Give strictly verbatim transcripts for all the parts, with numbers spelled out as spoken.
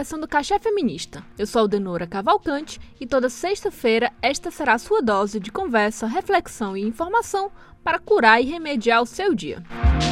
começando o Café Feminista. Eu sou Aldenora Cavalcante e toda sexta-feira esta será a sua dose de conversa, reflexão e informação para curar e remediar o seu dia.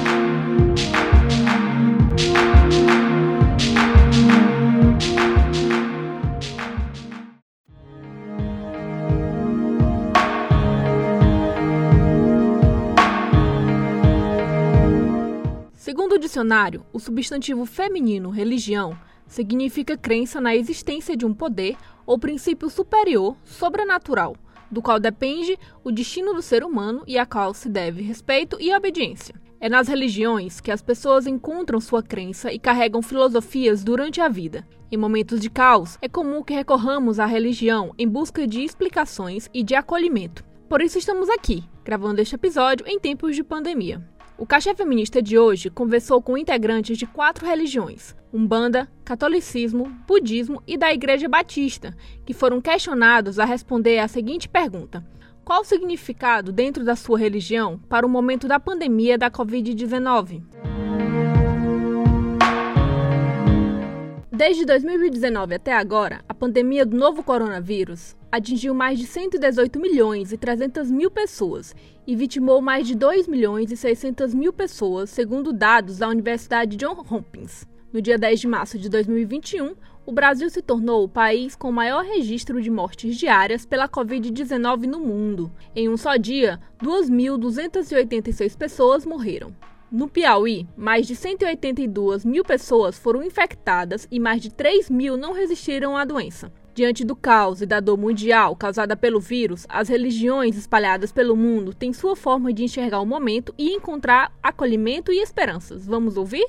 Segundo o dicionário, o substantivo feminino religião significa crença na existência de um poder ou princípio superior, sobrenatural, do qual depende o destino do ser humano e a qual se deve respeito e obediência. É nas religiões que as pessoas encontram sua crença e carregam filosofias durante a vida. Em momentos de caos, é comum que recorramos à religião em busca de explicações e de acolhimento. Por isso estamos aqui, gravando este episódio em tempos de pandemia. O Café Feminista de hoje conversou com integrantes de quatro religiões, Umbanda, Catolicismo, Budismo e da Igreja Batista, que foram questionados a responder à seguinte pergunta: qual o significado dentro da sua religião para o momento da pandemia da covid dezenove? Desde dois mil e dezenove até agora, a pandemia do novo coronavírus atingiu mais de cento e dezoito milhões e trezentas mil pessoas e vitimou mais de dois milhões e seiscentas mil pessoas, segundo dados da Universidade Johns Hopkins. No dia dez de março de dois mil e vinte e um, o Brasil se tornou o país com o maior registro de mortes diárias pela covid dezenove no mundo. Em um só dia, duas mil duzentas e oitenta e seis pessoas morreram. No Piauí, mais de cento e oitenta e duas mil pessoas foram infectadas e mais de três mil não resistiram à doença. Diante do caos e da dor mundial causada pelo vírus, as religiões espalhadas pelo mundo têm sua forma de enxergar o momento e encontrar acolhimento e esperanças. Vamos ouvir?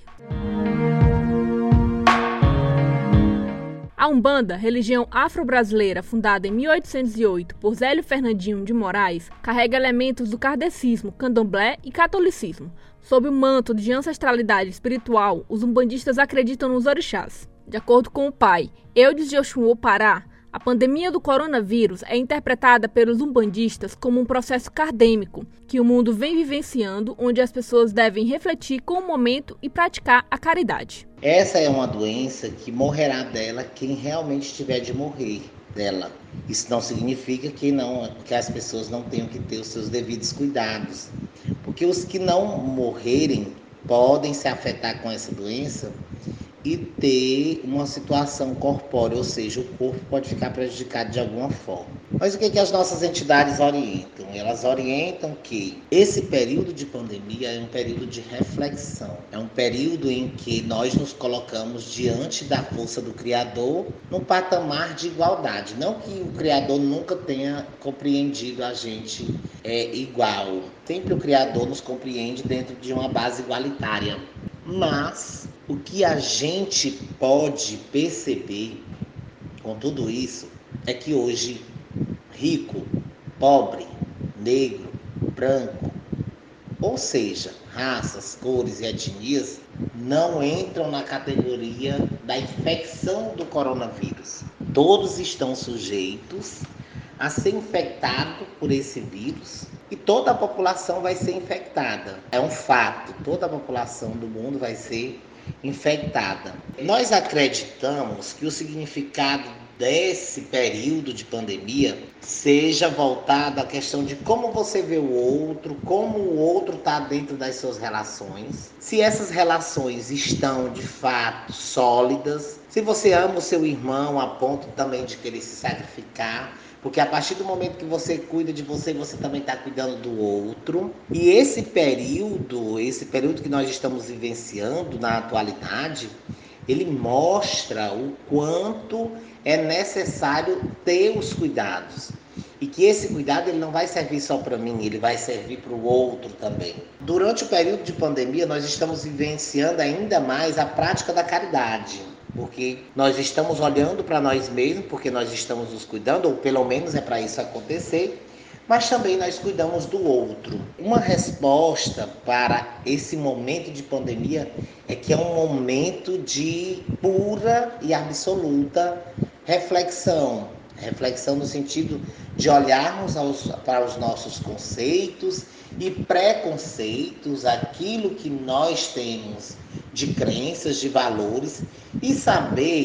A Umbanda, religião afro-brasileira fundada em mil oitocentos e oito por Zélio Fernandinho de Moraes, carrega elementos do kardecismo, candomblé e catolicismo. Sob o manto de ancestralidade espiritual, os umbandistas acreditam nos orixás. De acordo com o pai Eudes de Oxum Pará, a pandemia do coronavírus é interpretada pelos umbandistas como um processo kardêmico que o mundo vem vivenciando, onde as pessoas devem refletir com o momento e praticar a caridade. Essa é uma doença que morrerá dela quem realmente tiver de morrer dela. Isso não significa que, não, que as pessoas não tenham que ter os seus devidos cuidados, porque os que não morrerem podem se afetar com essa doença e ter uma situação corpórea, ou seja, o corpo pode ficar prejudicado de alguma forma. Mas o que, que as nossas entidades orientam? Elas orientam que esse período de pandemia é um período de reflexão, é um período em que nós nos colocamos diante da força do Criador num patamar de igualdade. Não que o Criador nunca tenha compreendido a gente é, igual, sempre o Criador nos compreende dentro de uma base igualitária, mas o que a gente pode perceber com tudo isso é que hoje rico, pobre, negro, branco, ou seja, raças, cores e etnias não entram na categoria da infecção do coronavírus. Todos estão sujeitos a ser infectados por esse vírus e toda a população vai ser infectada. É um fato, toda a população do mundo vai ser infectada. Nós acreditamos que o significado desse período de pandemia seja voltado à questão de como você vê o outro, como o outro está dentro das suas relações, se essas relações estão de fato sólidas, se você ama o seu irmão a ponto também de querer se sacrificar, porque a partir do momento que você cuida de você, você também está cuidando do outro. E esse período, esse período que nós estamos vivenciando na atualidade, ele mostra o quanto é necessário ter os cuidados. E que esse cuidado ele não vai servir só para mim, ele vai servir para o outro também. Durante o período de pandemia, nós estamos vivenciando ainda mais a prática da caridade. Porque nós estamos olhando para nós mesmos, porque nós estamos nos cuidando, ou pelo menos é para isso acontecer, mas também nós cuidamos do outro. Uma resposta para esse momento de pandemia é que é um momento de pura e absoluta reflexão. Reflexão no sentido de olharmos aos, para os nossos conceitos e preconceitos, aquilo que nós temos de crenças, de valores, e saber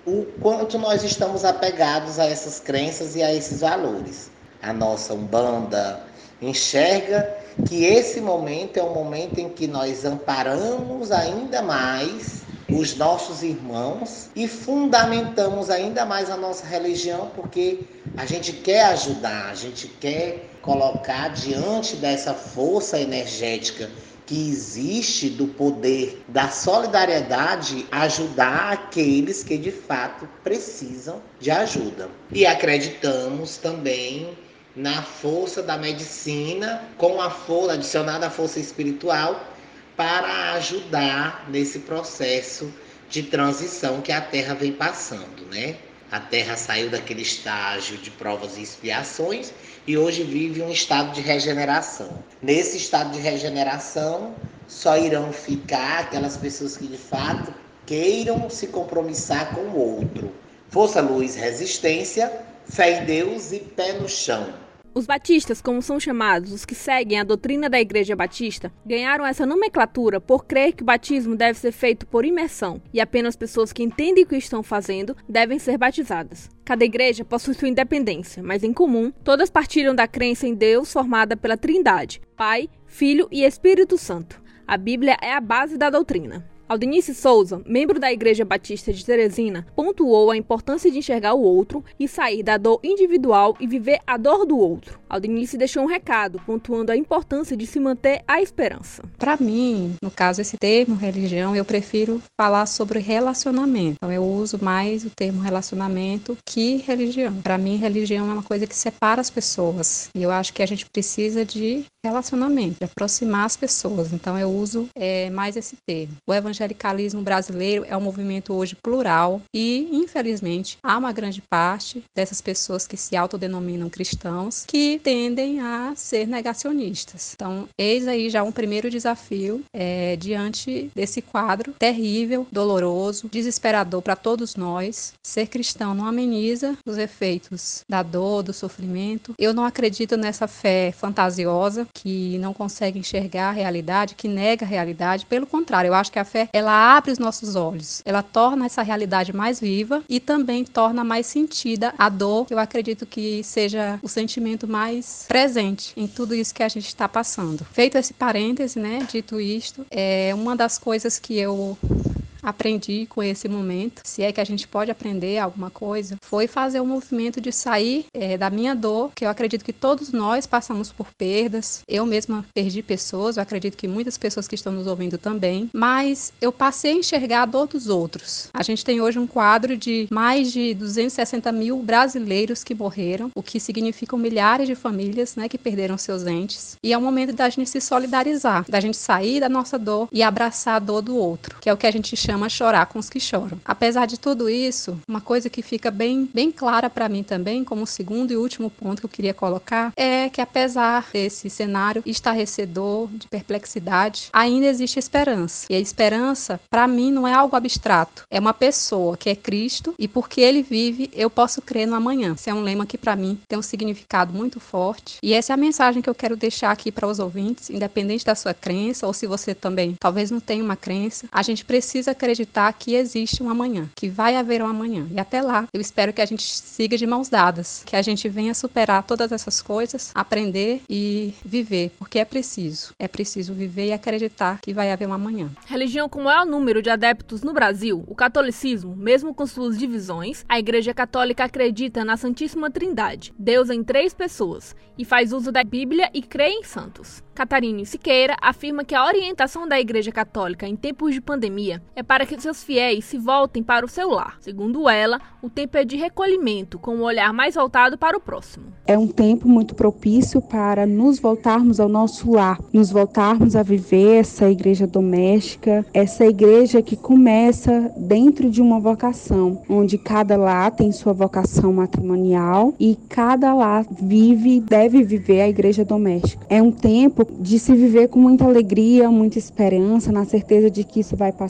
o quanto nós estamos apegados a essas crenças e a esses valores. A nossa Umbanda enxerga que esse momento é o momento em que nós amparamos ainda mais os nossos irmãos e fundamentamos ainda mais a nossa religião, porque a gente quer ajudar, a gente quer colocar diante dessa força energética que existe do poder da solidariedade, ajudar aqueles que de fato precisam de ajuda. E acreditamos também na força da medicina, com a força adicionada à força espiritual, para ajudar nesse processo de transição que a Terra vem passando, né? A Terra saiu daquele estágio de provas e expiações e hoje vive um estado de regeneração. Nesse estado de regeneração, só irão ficar aquelas pessoas que de fato queiram se compromissar com o outro. Força, luz, resistência, fé em Deus e pé no chão. Os batistas, como são chamados os que seguem a doutrina da Igreja Batista, ganharam essa nomenclatura por crer que o batismo deve ser feito por imersão e apenas pessoas que entendem o que estão fazendo devem ser batizadas. Cada igreja possui sua independência, mas em comum, todas partilham da crença em Deus formada pela Trindade, Pai, Filho e Espírito Santo. A Bíblia é a base da doutrina. Aldenice Souza, membro da Igreja Batista de Teresina, pontuou a importância de enxergar o outro e sair da dor individual e viver a dor do outro. Aldenice deixou um recado, pontuando a importância de se manter a esperança. Para mim, no caso, esse termo religião, eu prefiro falar sobre relacionamento. Então, eu uso mais o termo relacionamento que religião. Para mim, religião é uma coisa que separa as pessoas. E eu acho que a gente precisa de relacionamento, de aproximar as pessoas. Então, eu uso é, mais esse termo. O evangelicalismo brasileiro é um movimento hoje plural e, infelizmente, há uma grande parte dessas pessoas que se autodenominam cristãos que tendem a ser negacionistas. Então, eis aí já um primeiro desafio é, diante desse quadro terrível, doloroso, desesperador para todos nós. Ser cristão não ameniza os efeitos da dor, do sofrimento. Eu não acredito nessa fé fantasiosa que não consegue enxergar a realidade, que nega a realidade. Pelo contrário, eu acho que a fé ela abre os nossos olhos, ela torna essa realidade mais viva e também torna mais sentida a dor, que eu acredito que seja o sentimento mais presente em tudo isso que a gente está passando. Feito esse parêntese, né, dito isto, é uma das coisas que eu aprendi com esse momento, se é que a gente pode aprender alguma coisa, foi fazer o movimento de sair é, da minha dor, que eu acredito que todos nós passamos por perdas. Eu mesma perdi pessoas, eu acredito que muitas pessoas que estão nos ouvindo também, mas eu passei a enxergar a dor dos outros. A gente tem hoje um quadro de mais de duzentos e sessenta mil brasileiros que morreram, o que significam milhares de famílias, né, que perderam seus entes. E é o momento da gente se solidarizar, da gente sair da nossa dor e abraçar a dor do outro, que é o que a gente chama chorar com os que choram. Apesar de tudo isso, uma coisa que fica bem, bem clara para mim também, como segundo e último ponto que eu queria colocar, é que apesar desse cenário estarrecedor, de perplexidade, ainda existe esperança. E a esperança, para mim, não é algo abstrato. É uma pessoa que é Cristo e porque ele vive, eu posso crer no amanhã. Esse é um lema que para mim tem um significado muito forte. E essa é a mensagem que eu quero deixar aqui para os ouvintes, independente da sua crença ou se você também talvez não tenha uma crença, a gente precisa acreditar que existe um amanhã, que vai haver um amanhã. E até lá, eu espero que a gente siga de mãos dadas, que a gente venha superar todas essas coisas, aprender e viver, porque é preciso. É preciso viver e acreditar que vai haver um amanhã. Religião com o maior número de adeptos no Brasil, o catolicismo, mesmo com suas divisões, a Igreja Católica acredita na Santíssima Trindade, Deus em três pessoas, e faz uso da Bíblia e crê em santos. Catarine Siqueira afirma que a orientação da Igreja Católica em tempos de pandemia é para que seus fiéis se voltem para o seu lar. Segundo ela, o tempo é de recolhimento, com um olhar mais voltado para o próximo. É um tempo muito propício para nos voltarmos ao nosso lar, nos voltarmos a viver essa igreja doméstica, essa igreja que começa dentro de uma vocação, onde cada lar tem sua vocação matrimonial e cada lar vive, deve viver a igreja doméstica. É um tempo de se viver com muita alegria, muita esperança, na certeza de que isso vai passar e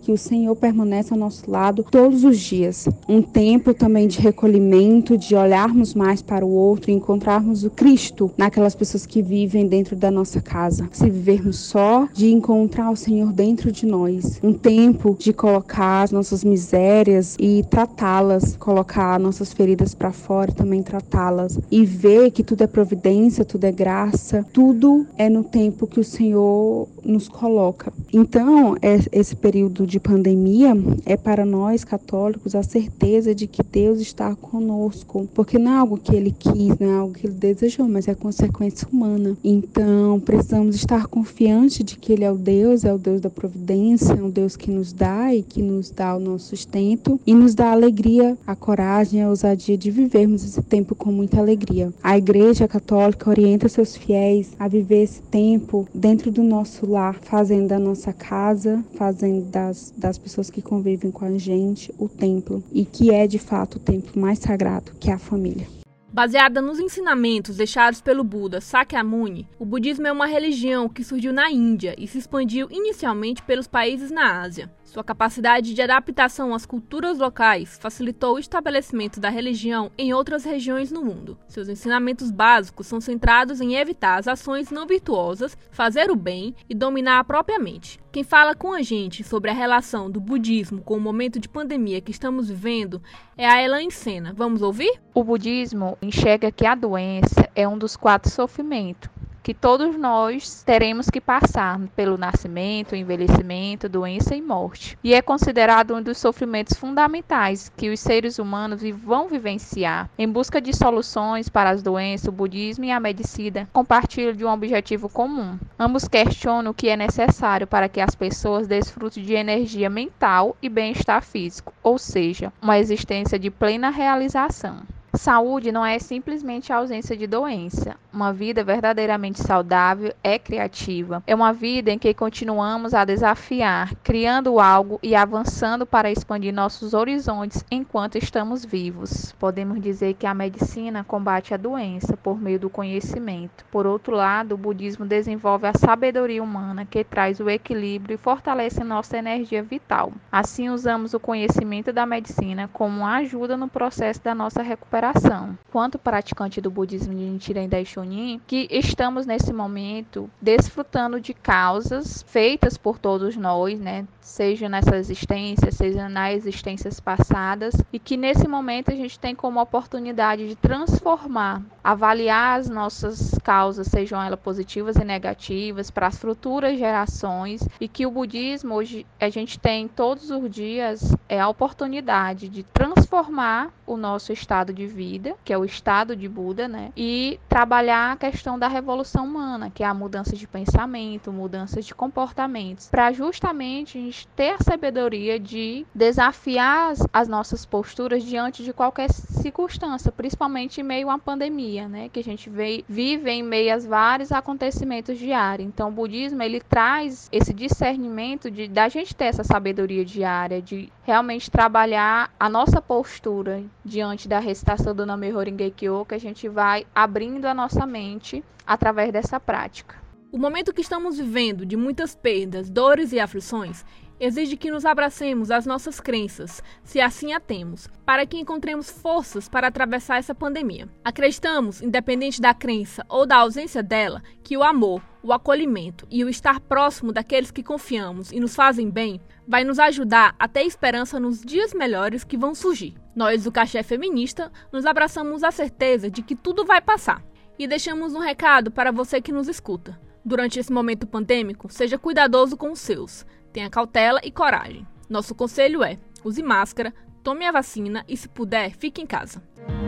que o Senhor permanece ao nosso lado todos os dias. Um tempo também de recolhimento, de olharmos mais para o outro e encontrarmos o Cristo naquelas pessoas que vivem dentro da nossa casa. Se vivermos só, de encontrar o Senhor dentro de nós. Um tempo de colocar as nossas misérias e tratá-las, colocar nossas feridas para fora e também tratá-las. E ver que tudo é providência, tudo é graça, tudo é no tempo que o Senhor nos coloca. Então, esse período de pandemia é para nós católicos a certeza de que Deus está conosco, porque não é algo que Ele quis, não é algo que Ele desejou, mas é consequência humana. Então, precisamos estar confiantes de que Ele é o Deus, é o Deus da providência, é o Deus que nos dá e que nos dá o nosso sustento e nos dá a alegria, a coragem, a ousadia de vivermos esse tempo com muita alegria. A Igreja Católica orienta seus fiéis a viver esse tempo dentro do nosso lar, fazendo da nossa casa, fazendo das, das pessoas que convivem com a gente o templo, e que é de fato o templo mais sagrado, que é a família. Baseada nos ensinamentos deixados pelo Buda Sakyamuni, o budismo é uma religião que surgiu na Índia e se expandiu inicialmente pelos países na Ásia. Sua capacidade de adaptação às culturas locais facilitou o estabelecimento da religião em outras regiões no mundo. Seus ensinamentos básicos são centrados em evitar as ações não virtuosas, fazer o bem e dominar a própria mente. Quem fala com a gente sobre a relação do budismo com o momento de pandemia que estamos vivendo é a Elaine Sena. Vamos ouvir? O budismo enxerga que a doença é um dos quatro sofrimentos, que todos nós teremos que passar pelo nascimento, envelhecimento, doença e morte. E é considerado um dos sofrimentos fundamentais que os seres humanos vão vivenciar. Em busca de soluções para as doenças, o budismo e a medicina compartilham de um objetivo comum. Ambos questionam o que é necessário para que as pessoas desfrutem de energia mental e bem-estar físico, ou seja, uma existência de plena realização. Saúde não é simplesmente a ausência de doença. Uma vida verdadeiramente saudável é criativa. É uma vida em que continuamos a desafiar, criando algo e avançando para expandir nossos horizontes enquanto estamos vivos. Podemos dizer que a medicina combate a doença por meio do conhecimento. Por outro lado, o budismo desenvolve a sabedoria humana que traz o equilíbrio e fortalece nossa energia vital. Assim, usamos o conhecimento da medicina como uma ajuda no processo da nossa recuperação. Quanto praticante do budismo de Nichiren Daishonin, que estamos nesse momento desfrutando de causas feitas por todos nós, né? Seja nessa existência, seja nas existências passadas, e que nesse momento a gente tem como oportunidade de transformar, avaliar as nossas causas, sejam elas positivas e negativas, para as futuras gerações, e que o budismo hoje a gente tem todos os dias é a oportunidade de transformar o nosso estado de vida, que é o estado de Buda, né? E trabalhar a questão da revolução humana, que é a mudança de pensamento, mudança de comportamentos, para justamente a gente ter a sabedoria de desafiar as, as nossas posturas diante de qualquer circunstância, principalmente em meio à pandemia, né? Que a gente vê, vive em meio a vários acontecimentos diários. Então, o budismo ele traz esse discernimento de da gente ter essa sabedoria diária, de realmente trabalhar a nossa postura diante da recitação do Nam-myoho Renge-kyo, que a gente vai abrindo a nossa mente através dessa prática. O momento que estamos vivendo, de muitas perdas, dores e aflições, exige que nos abracemos às nossas crenças, se assim a temos, para que encontremos forças para atravessar essa pandemia. Acreditamos, independente da crença ou da ausência dela, que o amor, o acolhimento e o estar próximo daqueles que confiamos e nos fazem bem vai nos ajudar a ter esperança nos dias melhores que vão surgir. Nós, do Caché Feminista, nos abraçamos à certeza de que tudo vai passar. E deixamos um recado para você que nos escuta. Durante esse momento pandêmico, seja cuidadoso com os seus. Tenha cautela e coragem. Nosso conselho é: use máscara, tome a vacina e, se puder, fique em casa.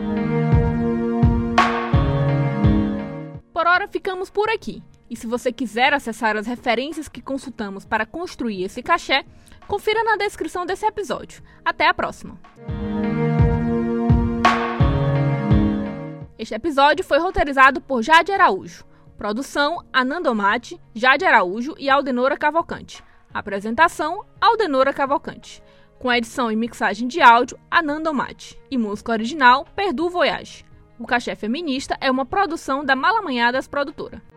Por hora, ficamos por aqui. E se você quiser acessar as referências que consultamos para construir esse cachê, confira na descrição desse episódio. Até a próxima! Este episódio foi roteirizado por Jade Araújo. Produção: Ananda Omati, Jade Araújo e Aldenora Cavalcante. Apresentação: Aldenora Cavalcante. Com a edição e mixagem de áudio, Ananda Omati. E música original, Perdu Voyage. O Caché Feminista é uma produção da Malamanhadas Produtora.